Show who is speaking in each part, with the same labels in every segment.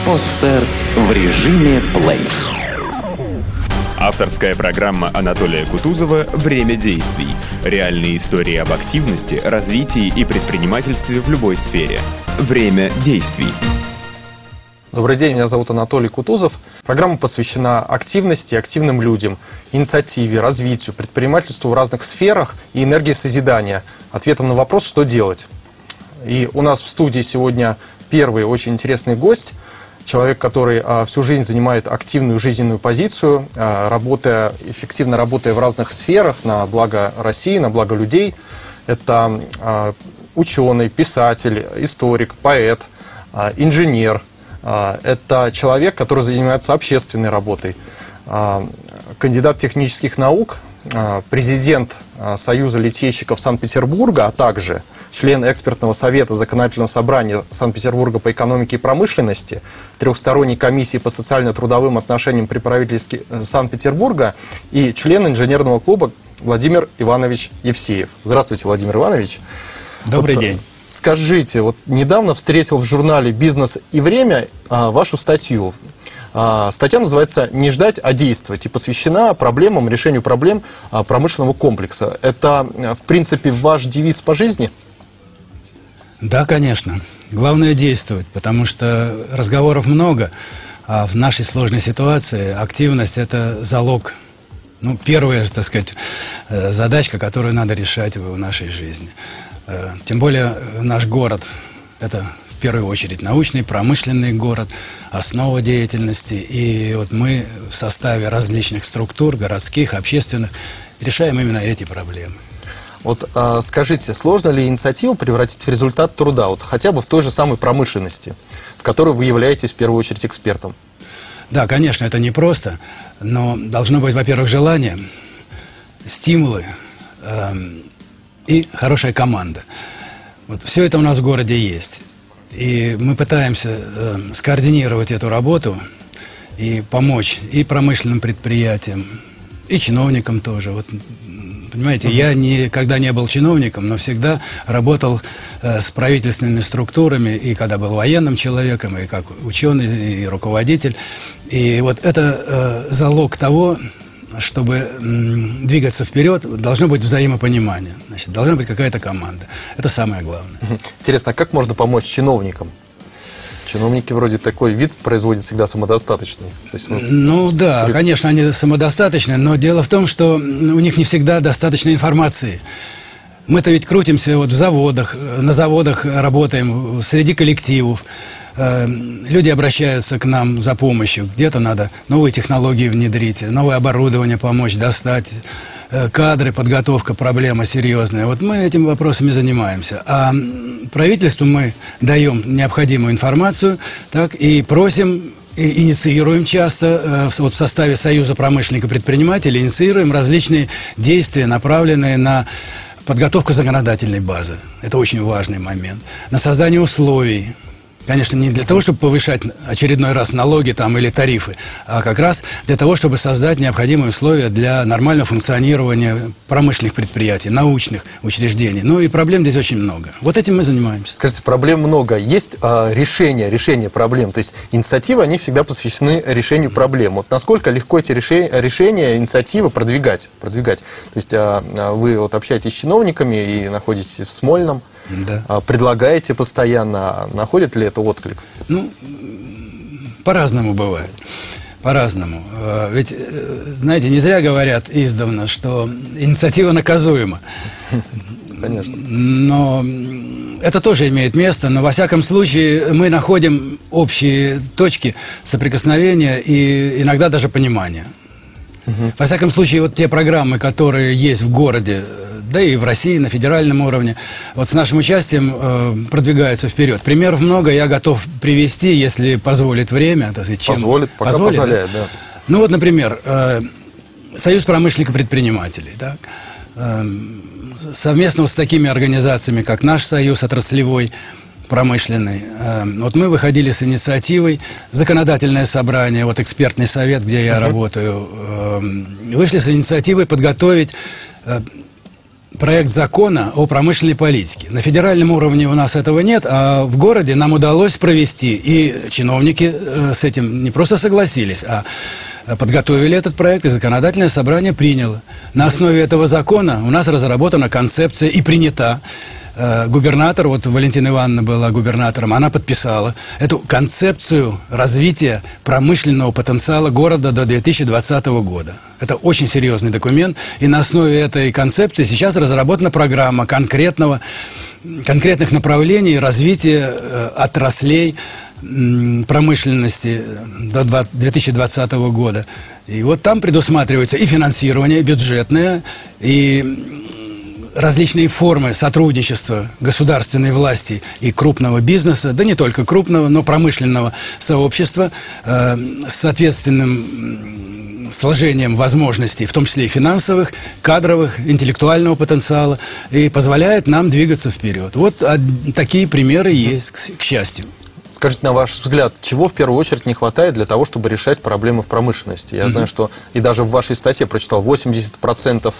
Speaker 1: Подстер в режиме плей.
Speaker 2: Авторская программа Анатолия Кутузова «Время действий». Реальные истории об активности, развитии и предпринимательстве в любой сфере. Время действий.
Speaker 3: Добрый день, меня зовут Анатолий Кутузов. Программа посвящена активности, активным людям, инициативе, развитию, предпринимательству в разных сферах и энергии созидания. Ответом на вопрос, что делать. И у нас в студии сегодня первый очень интересный гость. Человек, который всю жизнь занимает активную жизненную позицию, эффективно работая в разных сферах на благо России, на благо людей. Это ученый, писатель, историк, поэт, инженер. Это человек, который занимается общественной работой. Кандидат технических наук, президент Союза литейщиков Санкт-Петербурга, а также член экспертного совета Законодательного собрания Санкт-Петербурга по экономике и промышленности, трехсторонней комиссии по социально-трудовым отношениям при правительстве Санкт-Петербурга и член инженерного клуба Владимир Иванович Евсеев. Здравствуйте, Владимир Иванович.
Speaker 4: Добрый день.
Speaker 3: Скажите, вот недавно встретил в журнале «Бизнес и время» вашу статью. Статья называется «Не ждать, а действовать» и посвящена решению проблем промышленного комплекса. Это, в принципе, ваш девиз по жизни?
Speaker 4: Да, конечно. Главное действовать, потому что разговоров много, а в нашей сложной ситуации активность – это залог. Первая, так сказать, задачка, которую надо решать в нашей жизни. Тем более наш город – это в первую очередь научный, промышленный город, основа деятельности. И вот мы в составе различных структур, городских, общественных, решаем именно эти проблемы.
Speaker 3: Вот скажите, сложно ли инициативу превратить в результат труда, вот хотя бы в той же самой промышленности, в которой вы являетесь в первую очередь экспертом?
Speaker 4: Да, конечно, это непросто, но должно быть, во-первых, желание, стимулы и хорошая команда. Вот все это у нас в городе есть. И мы пытаемся скоординировать эту работу и помочь и промышленным предприятиям, и чиновникам тоже. Вот, понимаете, я никогда не был чиновником, но всегда работал с правительственными структурами, и когда был военным человеком, и как ученый, и руководитель. И вот это залог того, чтобы двигаться вперед, должно быть взаимопонимание. Значит, должна быть какая-то команда. Это самое главное.
Speaker 3: Интересно, а как можно помочь чиновникам? Чиновники вроде такой вид производят всегда самодостаточный. То есть,
Speaker 4: да, конечно, они самодостаточны, но дело в том, что у них не всегда достаточно информации. Мы-то ведь крутимся вот в заводах, на заводах работаем, среди коллективов. Люди обращаются к нам за помощью. Где-то надо новые технологии внедрить, новое оборудование помочь достать, кадры, подготовка, проблема серьезная. Вот мы этими вопросами занимаемся. А правительству мы даем необходимую информацию, так, и просим, и инициируем часто, вот в составе Союза промышленников и предпринимателей, инициируем различные действия, направленные на подготовку законодательной базы. Это очень важный момент. На создание условий. Конечно, не для того, чтобы повышать очередной раз налоги там, или тарифы, а как раз для того, чтобы создать необходимые условия для нормального функционирования промышленных предприятий, научных учреждений. И проблем здесь очень много. Вот этим мы занимаемся.
Speaker 3: Скажите, проблем много. Есть решение проблем? То есть инициативы, они всегда посвящены решению проблем. Вот насколько легко эти решения, инициативы продвигать? То есть вы вот общаетесь с чиновниками и находитесь в Смольном,
Speaker 4: да.
Speaker 3: Предлагаете постоянно. Находит ли это отклик?
Speaker 4: По-разному бывает. По-разному. Ведь, знаете, не зря говорят издавна, что инициатива наказуема.
Speaker 3: Конечно.
Speaker 4: Но это тоже имеет место, но во всяком случае мы находим общие точки соприкосновения и иногда даже понимания. Во всяком случае, вот те программы, которые есть в городе, да и в России на федеральном уровне, вот с нашим участием продвигаются вперед. Примеров много, я готов привести, если позволит время. Так сказать,
Speaker 3: пока позволяет, да.
Speaker 4: Например, Союз промышленников и предпринимателей. Так? Совместно с такими организациями, как наш союз отраслевой, промышленный. Вот мы выходили с инициативой, законодательное собрание, вот экспертный совет, где я работаю, вышли с инициативой подготовить проект закона о промышленной политике. На федеральном уровне у нас этого нет, а в городе нам удалось провести, и чиновники с этим не просто согласились, а подготовили этот проект, и законодательное собрание приняло. На основе этого закона у нас разработана концепция и принята. Губернатор, вот Валентина Ивановна была губернатором, она подписала эту концепцию развития промышленного потенциала города до 2020 года. Это очень серьезный документ, и на основе этой концепции сейчас разработана программа конкретных направлений развития отраслей промышленности до 2020 года. И вот там предусматривается и финансирование бюджетное, и различные формы сотрудничества государственной власти и крупного бизнеса, да не только крупного, но промышленного сообщества с соответственным сложением возможностей, в том числе и финансовых, кадровых, интеллектуального потенциала, и позволяет нам двигаться вперед. Вот такие примеры есть, к счастью.
Speaker 3: Скажите, на ваш взгляд, чего в первую очередь не хватает для того, чтобы решать проблемы в промышленности? Я знаю, что и даже в вашей статье прочитал 80%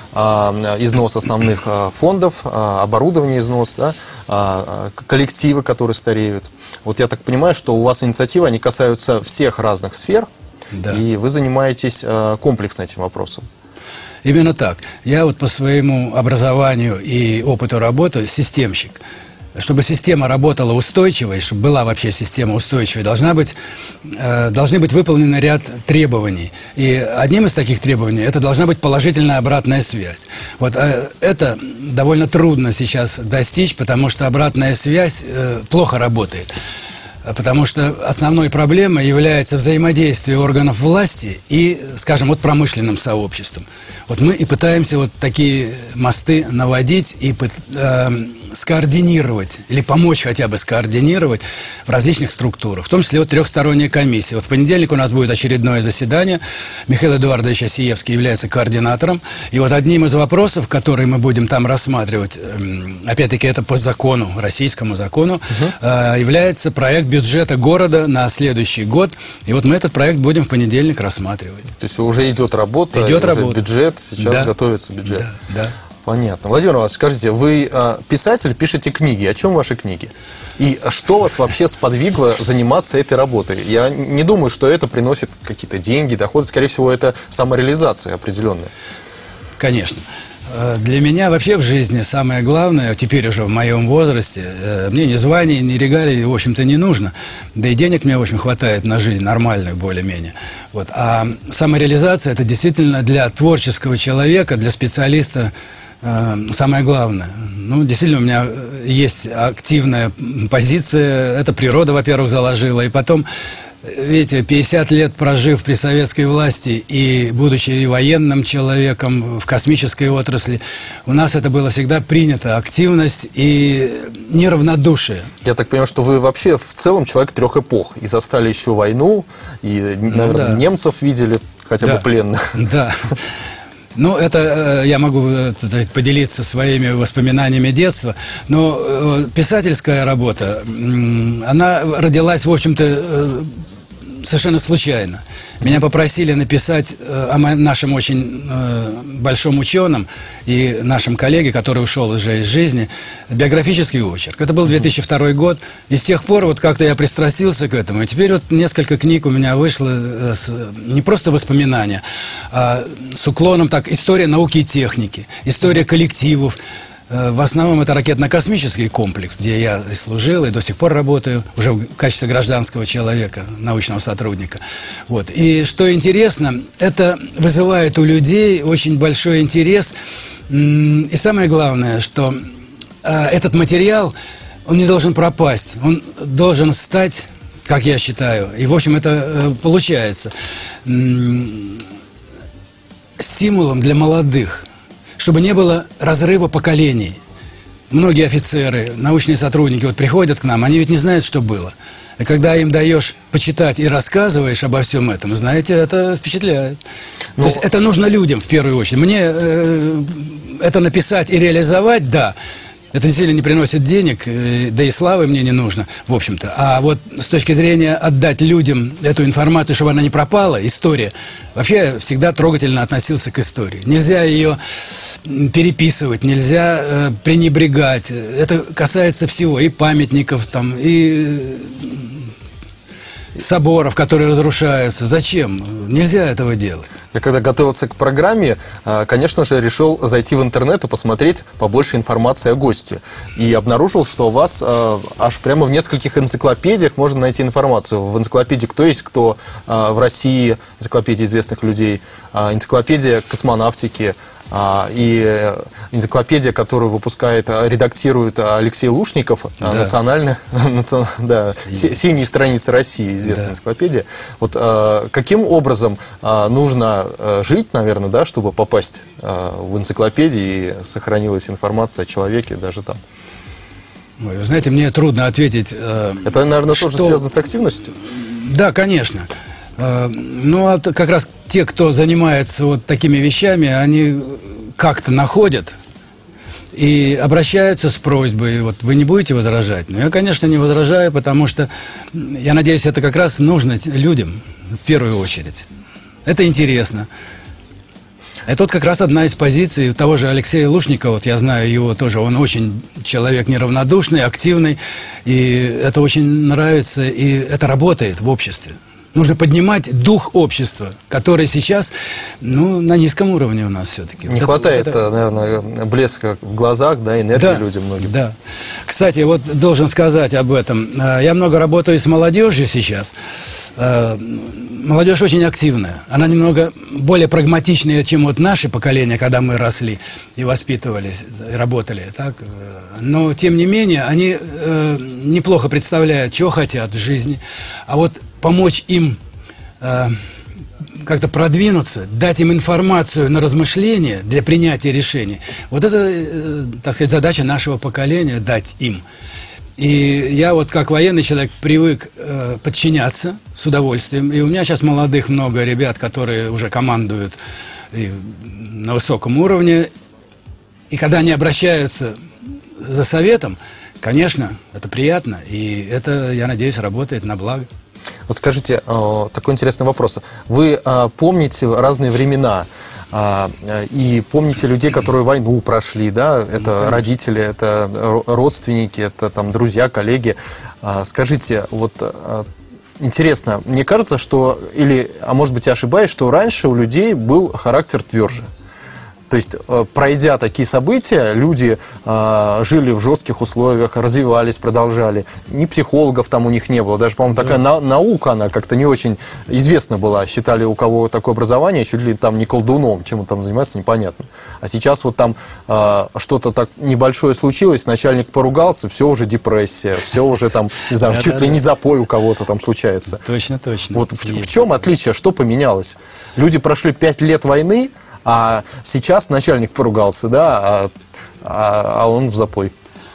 Speaker 3: износ основных фондов, оборудование износ, да, коллективы, которые стареют. Вот я так понимаю, что у вас инициативы, они касаются всех разных сфер, да. И вы занимаетесь комплексно этим вопросом.
Speaker 4: Именно так. Я вот по своему образованию и опыту работы системщик. Чтобы система работала устойчивой, чтобы была вообще система устойчивой, должны быть выполнены ряд требований. И одним из таких требований это должна быть положительная обратная связь. Вот это довольно трудно сейчас достичь, потому что обратная связь плохо работает. Потому что основной проблемой является взаимодействие органов власти и, скажем, вот промышленным сообществом. Вот мы и пытаемся вот такие мосты наводить и скоординировать, или помочь хотя бы скоординировать в различных структурах, в том числе вот трехсторонняя комиссия. Вот в понедельник у нас будет очередное заседание. Михаил Эдуардович Осиевский является координатором. И вот одним из вопросов, которые мы будем там рассматривать, опять-таки это по закону, российскому закону, является проект бюджета города на следующий год. И вот мы этот проект будем в понедельник рассматривать.
Speaker 3: То есть уже идет работа,
Speaker 4: идет работа.
Speaker 3: Бюджет, сейчас готовится бюджет.
Speaker 4: Да.
Speaker 3: Понятно. Владимир Иванович, скажите, вы писатель, пишете книги. О чем ваши книги? И что вас вообще сподвигло заниматься этой работой? Я не думаю, что это приносит какие-то деньги, доходы. Скорее всего, это самореализация определенная.
Speaker 4: Конечно. Для меня вообще в жизни самое главное, теперь уже в моем возрасте, мне ни званий, ни регалий, в общем-то, не нужно. Да и денег мне, в общем, хватает на жизнь нормальную, более-менее. Вот. А самореализация – это действительно для творческого человека, для специалиста самое главное. Ну, действительно, у меня есть активная позиция. Это природа, во-первых, заложила. И потом, видите, 50 лет прожив при советской власти и будучи и военным человеком в космической отрасли, у нас это было всегда принято. Активность и неравнодушие. Я так понимаю, что вы вообще в целом человек трех эпох. И застали еще войну, и, наверное, немцев видели, хотя бы пленных. Да. Ну, это я могу поделиться своими воспоминаниями детства, но писательская работа, она родилась, в общем-то, совершенно случайно. Меня попросили написать о нашем очень большом ученом и нашем коллеге, который ушел уже из жизни, биографический очерк. Это был 2002 год, и с тех пор вот как-то я пристрастился к этому. И теперь вот несколько книг у меня вышло, не просто воспоминания, а с уклоном так история науки и техники, история коллективов. В основном это ракетно-космический комплекс, где я и служил, и до сих пор работаю, уже в качестве гражданского человека, научного сотрудника. Вот. И что интересно, это вызывает у людей очень большой интерес. И самое главное, что этот материал, он не должен пропасть, он должен стать, как я считаю, и в общем это получается, стимулом для молодых, чтобы не было разрыва поколений. Многие офицеры, научные сотрудники вот приходят к нам, они ведь не знают, что было. И когда им даешь почитать и рассказываешь обо всем этом, знаете, это впечатляет. То есть это нужно людям в первую очередь. Мне это написать и реализовать, да. Это действительно не приносит денег, да и славы мне не нужно, в общем-то. А вот с точки зрения отдать людям эту информацию, чтобы она не пропала, история. Вообще я всегда трогательно относился к истории. Нельзя ее переписывать, нельзя пренебрегать. Это касается всего, и памятников, там, и соборов, которые разрушаются. Зачем? Нельзя этого делать.
Speaker 3: Я когда готовился к программе, конечно же, решил зайти в интернет и посмотреть побольше информации о госте. И обнаружил, что у вас аж прямо в нескольких энциклопедиях можно найти информацию. В энциклопедии «Кто есть кто» в России, энциклопедия известных людей, энциклопедия космонавтики, и энциклопедия, которую редактирует Алексей Лушников, национальная, «Синие страницы России», известная энциклопедия. Вот каким образом нужно жить, наверное, да, чтобы попасть в энциклопедии и сохранилась информация о человеке даже там?
Speaker 4: Ой, вы знаете, мне трудно ответить.
Speaker 3: Это, наверное, тоже связано с активностью?
Speaker 4: Да, конечно. Ну, а как раз те, кто занимается вот такими вещами, они как-то находят и обращаются с просьбой, вот вы не будете возражать? Ну, я, конечно, не возражаю, потому что, я надеюсь, это как раз нужно людям в первую очередь. Это интересно. Это вот как раз одна из позиций того же Алексея Лушникова, вот я знаю его тоже, он очень человек неравнодушный, активный, и это очень нравится, и это работает в обществе. Нужно поднимать дух общества, который сейчас, ну, на низком уровне у нас все-таки.
Speaker 3: Не хватает, наверное, блеска в глазах, да, энергии людям многим.
Speaker 4: Да. Кстати, вот должен сказать об этом. Я много работаю с молодежью сейчас. Молодежь очень активная. Она немного более прагматичная, чем вот наше поколение, когда мы росли и воспитывались, и работали. Так? Но, тем не менее, они неплохо представляют, чего хотят в жизни. А вот помочь им как-то продвинуться, дать им информацию на размышление для принятия решений. Вот это, так сказать, задача нашего поколения – дать им. И я вот как военный человек привык подчиняться с удовольствием. И у меня сейчас молодых много ребят, которые уже командуют на высоком уровне. И когда они обращаются за советом, конечно, это приятно. И это, я надеюсь, работает на благо.
Speaker 3: Вот скажите, такой интересный вопрос. Вы помните разные времена и помните людей, которые войну прошли, да? Это родители, это родственники, это там друзья, коллеги. Скажите, вот интересно, мне кажется, что, а может быть я ошибаюсь, что раньше у людей был характер тверже. То есть, пройдя такие события, люди жили в жестких условиях, развивались, продолжали. Ни психологов там у них не было. Даже, по-моему, такая наука, она как-то не очень известна была. Считали, у кого такое образование, чуть ли там не колдуном, чем он там занимается, непонятно. А сейчас вот там что-то так небольшое случилось, начальник поругался, все уже депрессия, все уже там, не знаю, чуть ли не запой у кого-то там случается.
Speaker 4: Точно, точно.
Speaker 3: Вот в чем отличие, что поменялось? Люди прошли 5 лет войны, а сейчас начальник поругался, да, а он в запой.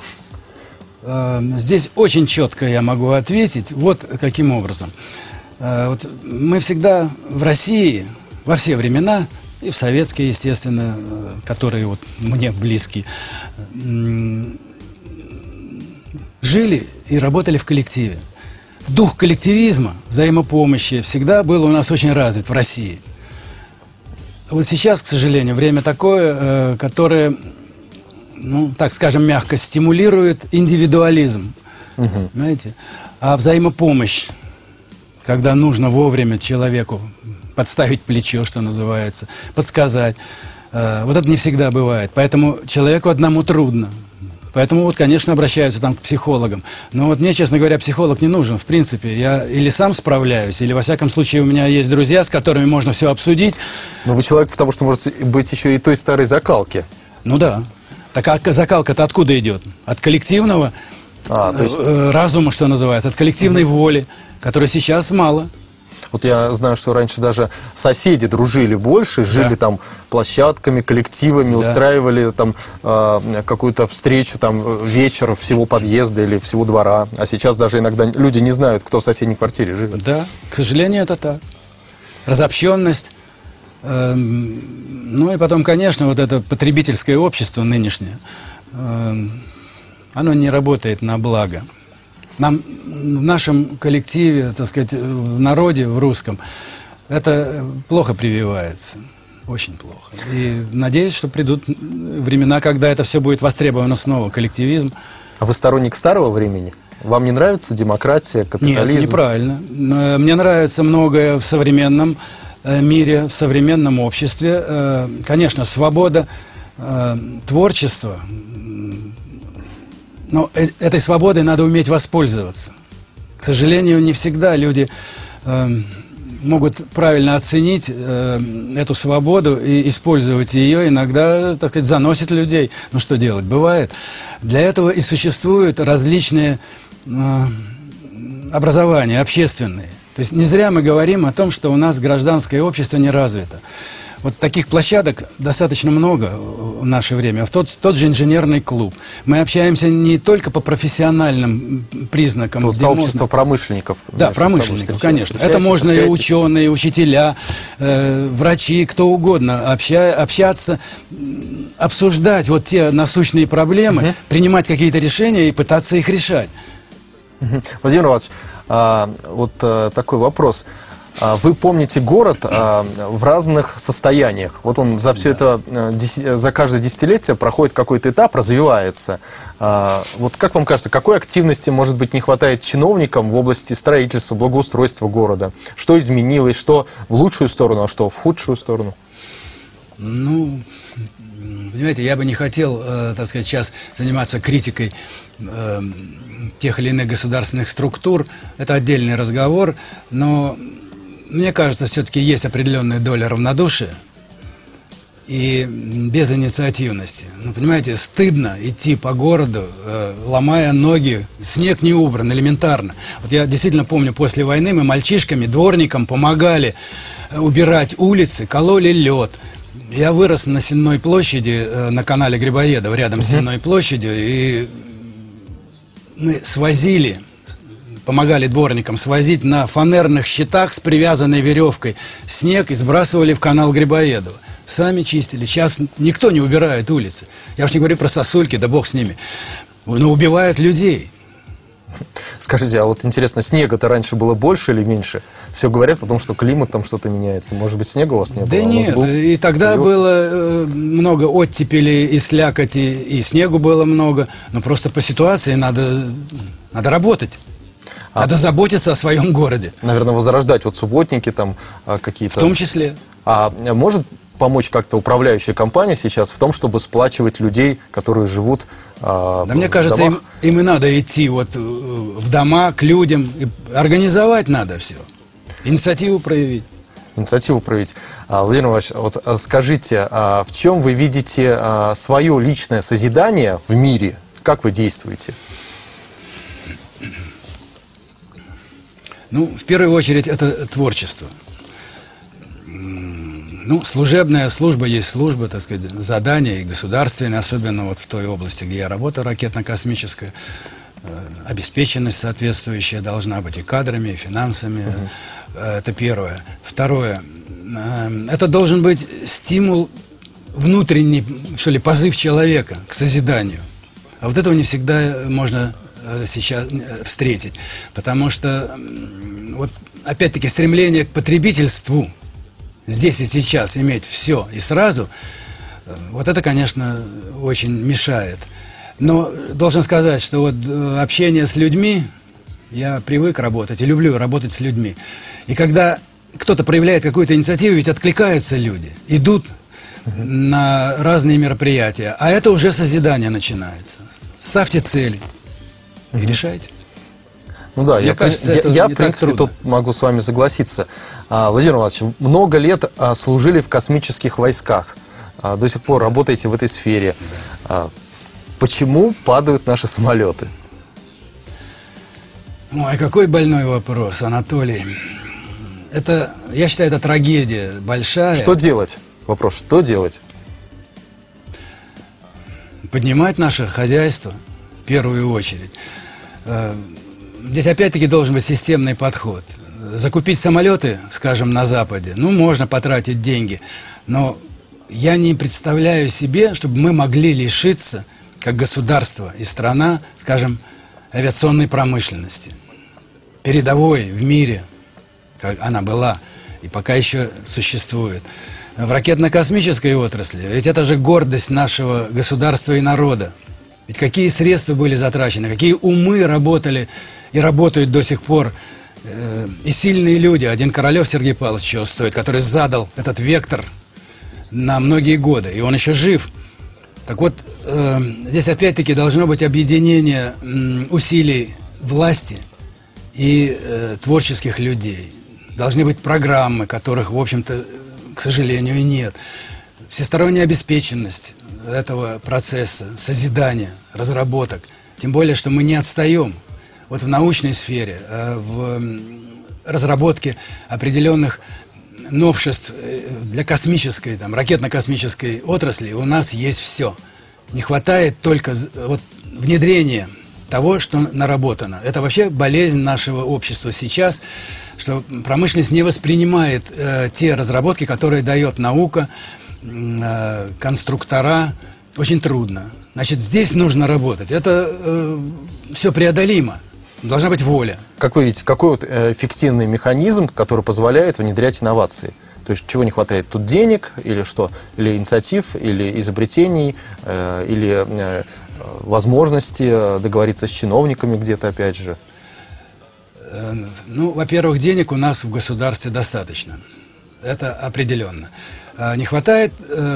Speaker 4: Здесь очень четко я могу ответить. Вот каким образом. Вот мы всегда в России, во все времена, и в советские, естественно, которые вот мне близки, жили и работали в коллективе. Дух коллективизма, взаимопомощи всегда был у нас очень развит в России. Вот сейчас, к сожалению, время такое, которое, ну, так скажем, мягко стимулирует индивидуализм, знаете, а взаимопомощь, когда нужно вовремя человеку подставить плечо, что называется, подсказать, вот это не всегда бывает, поэтому человеку одному трудно. Поэтому, вот, конечно, обращаются там к психологам. Но вот мне, честно говоря, психолог не нужен, в принципе. Я или сам справляюсь, или, во всяком случае, у меня есть друзья, с которыми можно все обсудить.
Speaker 3: Но вы человек, потому что можете быть еще и той старой закалки.
Speaker 4: Ну да. Так а закалка-то откуда идет? От коллективного разума, что называется, от коллективной воли, которой сейчас мало.
Speaker 3: Вот я знаю, что раньше даже соседи дружили больше, жили там площадками, коллективами, устраивали там какую-то встречу, там вечер всего подъезда или всего двора. А сейчас даже иногда люди не знают, кто в соседней квартире живет.
Speaker 4: Да, к сожалению, это так. Разобщенность. Ну и потом, конечно, вот это потребительское общество нынешнее. оно не работает на благо. Нам в нашем коллективе, так сказать, в народе, в русском, это плохо прививается. Очень плохо. И надеюсь, что придут времена, когда это все будет востребовано снова, коллективизм.
Speaker 3: А вы сторонник старого времени? Вам не нравится демократия, капитализм?
Speaker 4: Нет, неправильно. Мне нравится многое в современном мире, в современном обществе. Конечно, свобода творчества, но этой свободой надо уметь воспользоваться. К сожалению, не всегда люди могут правильно оценить эту свободу и использовать ее. Иногда, так сказать, заносит людей. Ну, что делать? Бывает. Для этого и существуют различные образования общественные. То есть не зря мы говорим о том, что у нас гражданское общество не развито. Вот таких площадок достаточно много в наше время. Тот же инженерный клуб. Мы общаемся не только по профессиональным признакам.
Speaker 3: Сообщество промышленников.
Speaker 4: Да, промышленников, конечно. Это можно и ученые, и учителя, врачи, кто угодно общаться, обсуждать вот те насущные проблемы, принимать какие-то решения и пытаться их решать.
Speaker 3: Владимир Иванович, вот такой вопрос. Вы помните город в разных состояниях. Вот он за все это, за каждое десятилетие проходит какой-то этап, развивается. Вот как вам кажется, какой активности, может быть, не хватает чиновникам в области строительства, благоустройства города? Что изменилось, что в лучшую сторону, а что в худшую сторону?
Speaker 4: Ну, понимаете, я бы не хотел, так сказать, сейчас заниматься критикой тех или иных государственных структур. Это отдельный разговор, но мне кажется, все-таки есть определенная доля равнодушия и безинициативности. Ну, понимаете, стыдно идти по городу, ломая ноги, снег не убран, элементарно. Вот я действительно помню, после войны мы мальчишками, дворникам помогали убирать улицы, кололи лед. Я вырос на Сенной площади, на канале Грибоедова, рядом с Сенной площадью, и мы помогали дворникам свозить на фанерных щитах с привязанной веревкой снег и сбрасывали в канал Грибоедова. Сами чистили. Сейчас никто не убирает улицы. Я уж не говорю про сосульки, да бог с ними. Но убивают людей.
Speaker 3: Скажите, а вот интересно, снега-то раньше было больше или меньше? Все говорят о том, что климат там что-то меняется. Может быть, снега у вас не было?
Speaker 4: Да нет, и тогда было много оттепелей и слякоти, и снегу было много. Но просто по ситуации надо работать. Надо заботиться о своем городе.
Speaker 3: Наверное, возрождать вот субботники там какие-то.
Speaker 4: В том числе.
Speaker 3: А может помочь как-то управляющая компания сейчас в том, чтобы сплачивать людей, которые живут
Speaker 4: да, мне кажется, им и надо идти вот в дома к людям. Организовать надо все. Инициативу проявить.
Speaker 3: Инициативу проявить. Владимир Иванович, вот скажите, в чем вы видите свое личное созидание в мире? Как вы действуете?
Speaker 4: Ну, в первую очередь, это творчество. Ну, служебная служба есть служба, так сказать, задания и государственные, особенно вот в той области, где я работаю, ракетно-космическая. Обеспеченность соответствующая должна быть и кадрами, и финансами. Это первое. Второе. Это должен быть стимул, внутренний, что ли, позыв человека к созиданию. А вот этого не всегда можно сейчас встретить. Потому что, вот, опять-таки, стремление к потребительству, здесь и сейчас иметь все и сразу, вот это, конечно, очень мешает. Но должен сказать, что вот общение с людьми, я привык работать и люблю работать с людьми. И когда кто-то проявляет какую-то инициативу, ведь откликаются люди, идут на разные мероприятия, а это уже созидание начинается. Ставьте цели и решайте.
Speaker 3: Ну да, я в принципе тут могу с вами согласиться. Владимир Иванович, много лет служили в космических войсках, до сих пор работаете в этой сфере. Почему падают наши самолеты?
Speaker 4: Ой, какой больной вопрос, Анатолий. Это, я считаю, это трагедия большая.
Speaker 3: Что делать? Вопрос, что делать?
Speaker 4: Поднимать наше хозяйство в первую очередь. Здесь опять-таки должен быть системный подход. Закупить самолеты, скажем, на Западе, ну, можно потратить деньги, но я не представляю себе, чтобы мы могли лишиться как государство и страна, скажем, авиационной промышленности. Передовой в мире, как она была и пока еще существует. В ракетно-космической отрасли, ведь это же гордость нашего государства и народа. Ведь какие средства были затрачены, какие умы работали и работают до сих пор. И сильные люди. Один Королев Сергей Павлович чего стоит, который задал этот вектор на многие годы. И он еще жив. Так вот, здесь опять-таки должно быть объединение усилий власти и творческих людей. Должны быть программы, которых, в общем-то, к сожалению, нет. Всесторонняя обеспеченность этого процесса, созидания, разработок. Тем более, что мы не отстаем. Вот в научной сфере, в разработке определенных новшеств для космической, там, ракетно-космической отрасли у нас есть все. Не хватает только вот внедрения того, что наработано. Это вообще болезнь нашего общества сейчас, что промышленность не воспринимает те разработки, которые дает наука, конструктора. Очень трудно. Значит, здесь нужно работать. Это все преодолимо. Должна быть воля.
Speaker 3: Как вы видите, какой вот эффективный механизм, который позволяет внедрять инновации? То есть чего не хватает? Тут денег или что? Или инициатив, или изобретений, или возможности договориться с чиновниками где-то, опять же?
Speaker 4: Ну, во-первых, денег у нас в государстве достаточно. Это определенно. Не хватает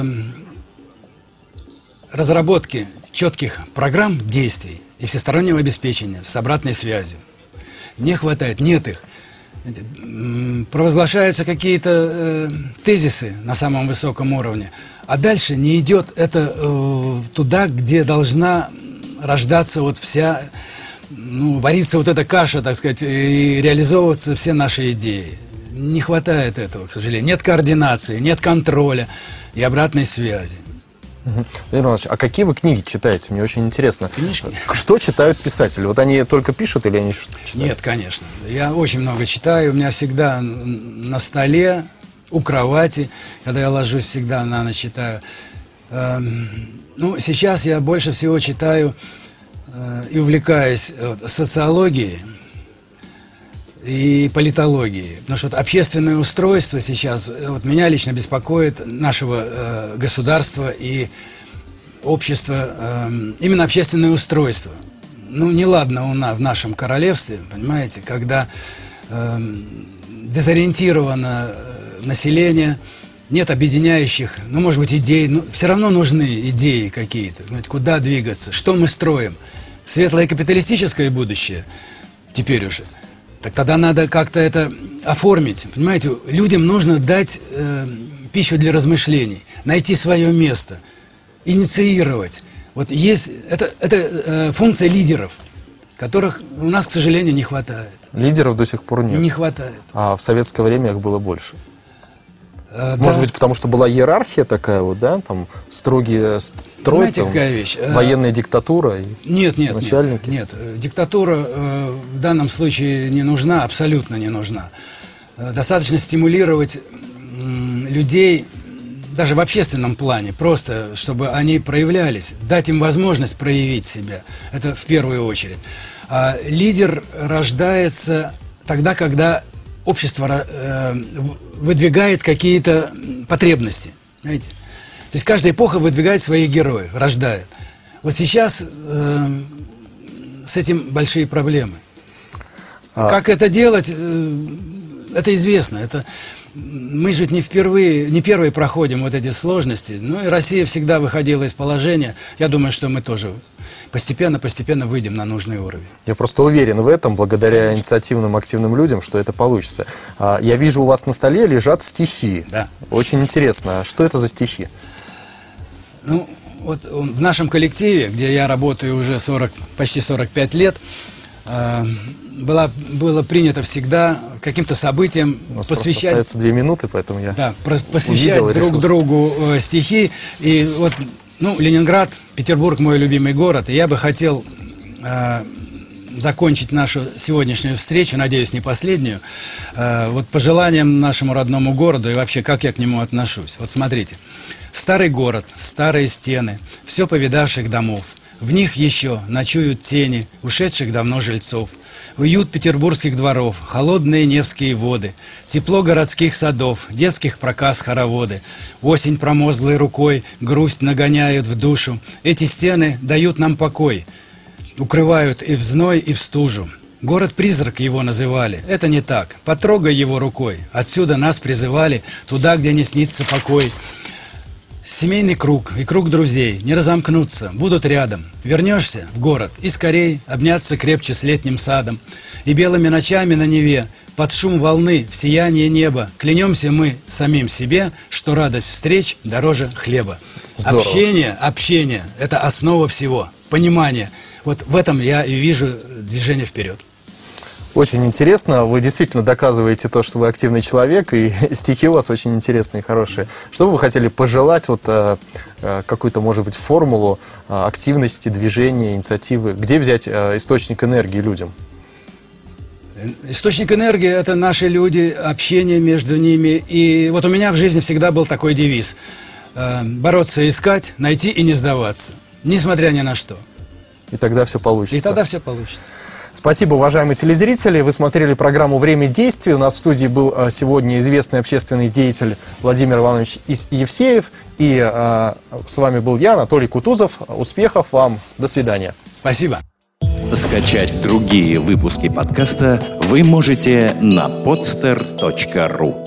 Speaker 4: разработки четких программ действий и всестороннего обеспечения с обратной связью. Не хватает, нет их. Провозглашаются какие-то тезисы на самом высоком уровне, а дальше не идет это туда, где должна рождаться вот вся, ну, вариться вот эта каша, так сказать, и реализовываться все наши идеи. Не хватает этого, к сожалению. Нет координации, нет контроля и обратной связи.
Speaker 3: Владимир Иванович, а какие вы книги читаете? Мне очень интересно.
Speaker 4: Книжки?
Speaker 3: Что читают писатели? Вот они только пишут или они что-то читают?
Speaker 4: Нет, конечно. Я очень много читаю. У меня всегда на столе, у кровати, когда я ложусь, всегда на ночь читаю. Ну, сейчас я больше всего читаю и увлекаюсь социологией и политологией. Потому что общественное устройство сейчас, вот меня лично беспокоит нашего государства и общества, именно общественное устройство. Ну, неладно у нас в нашем королевстве, понимаете, когда дезориентировано население, нет объединяющих, ну, может быть, идей, но все равно нужны идеи какие-то, куда двигаться, что мы строим. Светлое капиталистическое будущее теперь уже. Так тогда надо как-то это оформить. Понимаете, людям нужно дать пищу для размышлений, найти свое место, инициировать. Вот есть это функция лидеров, которых у нас, к сожалению, не хватает.
Speaker 3: Лидеров до сих пор нет.
Speaker 4: Не хватает.
Speaker 3: А в советское время их было больше. Может быть, потому что была иерархия такая вот, да, там строгие строй,
Speaker 4: знаете,
Speaker 3: там,
Speaker 4: какая вещь?
Speaker 3: военная диктатура и
Speaker 4: Нет,
Speaker 3: начальники.
Speaker 4: Нет. Диктатура в данном случае не нужна, абсолютно не нужна. Достаточно стимулировать людей, даже в общественном плане, просто, чтобы они проявлялись, дать им возможность проявить себя. Это в первую очередь. А лидер рождается тогда, когда общество выдвигает какие-то потребности, знаете. То есть каждая эпоха выдвигает своих героев, рождает. Вот сейчас с этим большие проблемы. Как это делать, это известно. Мы же не первые проходим вот эти сложности. Ну и Россия всегда выходила из положения. Я думаю, что мы тоже постепенно выйдем на нужный уровень.
Speaker 3: Я просто уверен в этом, благодаря инициативным, активным людям, что это получится. Я вижу, у вас на столе лежат стихи.
Speaker 4: Да.
Speaker 3: Очень интересно. Что это за стихи?
Speaker 4: Ну, вот в нашем коллективе, где я работаю уже почти 45 лет, было принято всегда каким-то событиям посвящать...
Speaker 3: Остается 2 минуты, поэтому я
Speaker 4: посвящать друг другу стихи. И вот, Ленинград, Петербург — мой любимый город, и я бы хотел закончить нашу сегодняшнюю встречу, надеюсь, не последнюю, вот пожеланием нашему родному городу и вообще, как я к нему отношусь. Вот смотрите. Старый город, старые стены, все повидавших домов, В них еще ночуют тени ушедших давно жильцов. Уют петербургских дворов, холодные невские воды, тепло городских садов, детских проказ хороводы. Осень промозглой рукой грусть нагоняют в душу. Эти стены дают нам покой, укрывают и в зной, и в стужу. Город-призрак его называли. Это не так. Потрогай его рукой. Отсюда нас призывали туда, где не снится покой. Семейный круг и круг друзей не разомкнутся, будут рядом. Вернешься в город и скорей обняться крепче с летним садом. И белыми ночами на Неве, под шум волны, в сияние неба, клянемся мы самим себе, что радость встреч дороже хлеба. Здорово. Общение – это основа всего, понимание. Вот в этом я и вижу движение вперед.
Speaker 3: Очень интересно. Вы действительно доказываете то, что вы активный человек, и стихи у вас очень интересные, хорошие. Что бы вы хотели пожелать, какую-то, может быть, формулу активности, движения, инициативы? Где взять источник энергии людям?
Speaker 4: Источник энергии – это наши люди, общение между ними. И вот у меня в жизни всегда был такой девиз – бороться, искать, найти и не сдаваться, несмотря ни на что.
Speaker 3: И тогда все получится.
Speaker 4: И тогда все получится.
Speaker 3: Спасибо, уважаемые телезрители. Вы смотрели программу «Время действий». У нас в студии был сегодня известный общественный деятель Владимир Иванович Евсеев. И с вами был я, Анатолий Кутузов. Успехов вам. До свидания.
Speaker 4: Спасибо.
Speaker 1: Скачать другие выпуски подкаста вы можете на podster.ru.